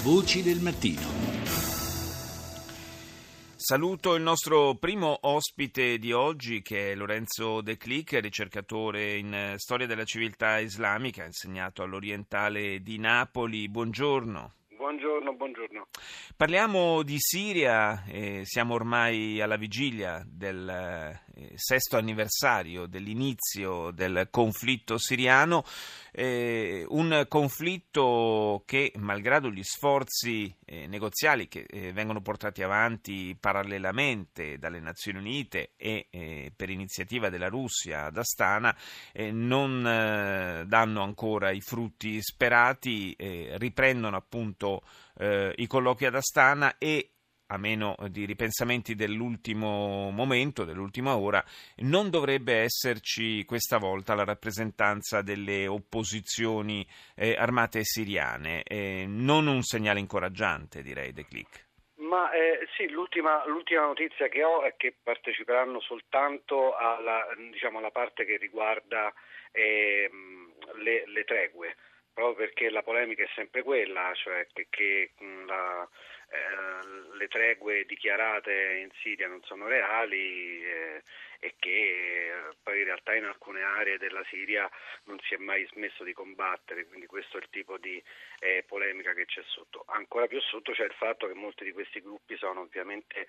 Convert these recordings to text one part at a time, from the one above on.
Voci del mattino. Saluto il nostro primo ospite di oggi, che è Lorenzo De Clicq, ricercatore in storia della civiltà islamica, ha insegnato all'Orientale di Napoli. Buongiorno. Buongiorno. Parliamo di Siria, siamo ormai alla vigilia del sesto anniversario dell'inizio del conflitto siriano, un conflitto che, malgrado gli sforzi negoziali che vengono portati avanti parallelamente dalle Nazioni Unite e per iniziativa della Russia ad Astana, non danno ancora i frutti sperati, riprendono appunto i colloqui ad Astana e, a meno di ripensamenti dell'ultimo momento, dell'ultima ora, non dovrebbe esserci questa volta la rappresentanza delle opposizioni armate siriane. Non un segnale incoraggiante, direi, De Clicq. Ma sì, l'ultima notizia che ho è che parteciperanno soltanto alla parte che riguarda le tregue, proprio perché la polemica è sempre quella, cioè che le tregue dichiarate in Siria non sono reali e che poi in realtà in alcune aree della Siria non si è mai smesso di combattere, quindi questo è il tipo di polemica che c'è sotto. Ancora più sotto c'è il fatto che molti di questi gruppi sono ovviamente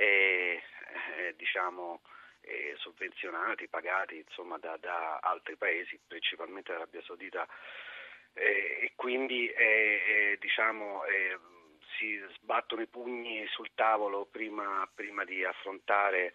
sovvenzionati, pagati insomma da altri paesi, principalmente l'Arabia Saudita, e quindi si sbattono i pugni sul tavolo prima di affrontare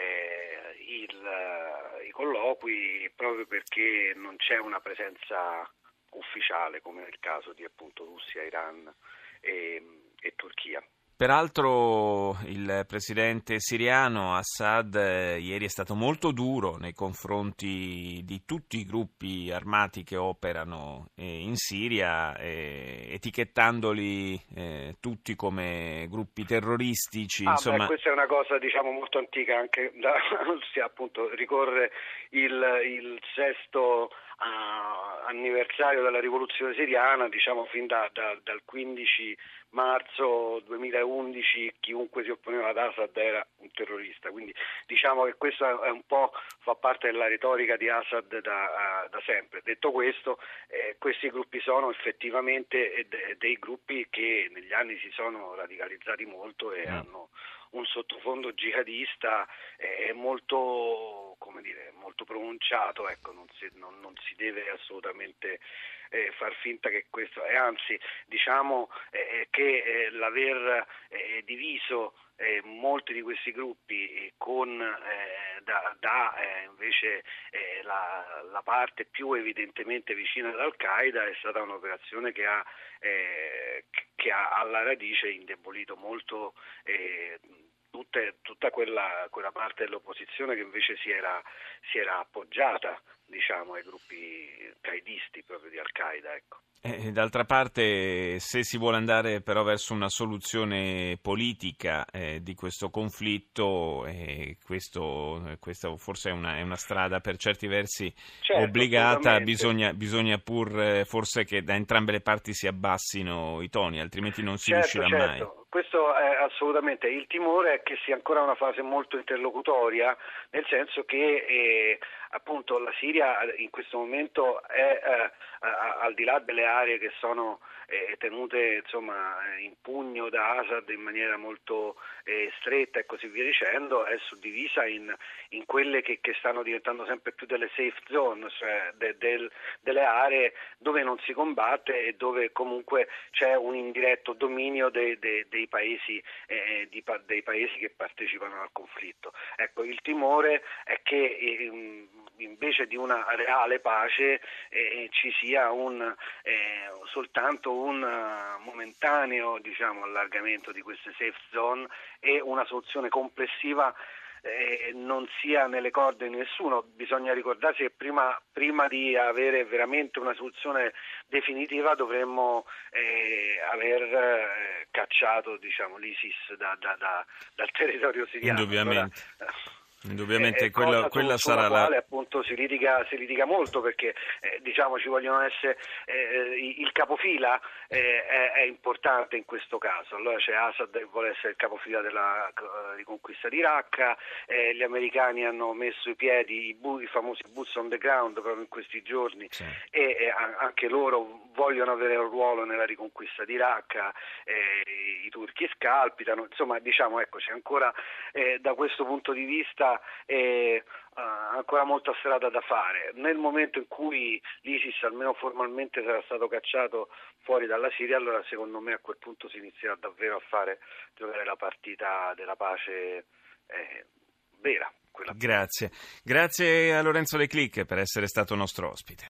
i colloqui, proprio perché non c'è una presenza ufficiale come nel caso di appunto Russia, Iran e Turchia. Peraltro il presidente siriano Assad ieri è stato molto duro nei confronti di tutti i gruppi armati che operano in Siria, etichettandoli tutti come gruppi terroristici. Insomma, questa è una cosa molto antica, anche da appunto ricorre il sesto anniversario della rivoluzione siriana, fin dal 15 marzo 2011 chiunque si opponeva ad Assad era un terrorista, quindi che questo è un po' fa parte della retorica di Assad da sempre. Detto questo, questi gruppi sono effettivamente dei gruppi che negli anni si sono radicalizzati molto e hanno un sottofondo jihadista molto pronunciato, ecco, non si deve assolutamente far finta che questo è, anzi che l'aver diviso molti di questi gruppi con invece la parte più evidentemente vicina ad Al-Qaeda è stata un'operazione che ha alla radice indebolito molto tutta quella parte dell'opposizione che invece si era appoggiata ai gruppi qaidisti proprio di Al-Qaeda, ecco. D'altra parte, se si vuole andare però verso una soluzione politica di questo conflitto, questa forse è una strada per certi versi obbligata, bisogna pur forse che da entrambe le parti si abbassino i toni, altrimenti non si riuscirà mai. Questo è assolutamente. Il timore è che sia ancora una fase molto interlocutoria, nel senso che appunto la Siria in questo momento è al di là delle aree che sono tenute in pugno da Assad in maniera molto stretta e così via dicendo, è suddivisa in quelle che stanno diventando sempre più delle safe zone, cioè delle aree dove non si combatte e dove comunque c'è un indiretto dominio dei paesi che partecipano al conflitto. Ecco, il timore è che invece di una reale pace ci sia soltanto un momentaneo allargamento di queste safe zone e una soluzione complessiva non sia nelle corde di nessuno. Bisogna ricordarsi che prima di avere veramente una soluzione definitiva dovremmo aver cacciato l'ISIS dal territorio siriano. Indubbiamente. Indubbiamente quella sarà la quale appunto si litiga molto, perché diciamo ci vogliono essere il capofila è importante in questo caso. Allora c'è Assad che vuole essere il capofila della riconquista di Raqqa, gli americani hanno messo i piedi i famosi boots on the ground proprio in questi giorni, sì. e anche loro vogliono avere un ruolo nella riconquista di Raqqa, i turchi scalpitano, insomma diciamo ecco c'è ancora da questo punto di vista ancora molta strada da fare. Nel momento in cui l'ISIS almeno formalmente sarà stato cacciato fuori dalla Siria, allora secondo me a quel punto si inizierà davvero a giocare la partita della pace vera. Grazie a Lorenzo Le Clic per essere stato nostro ospite.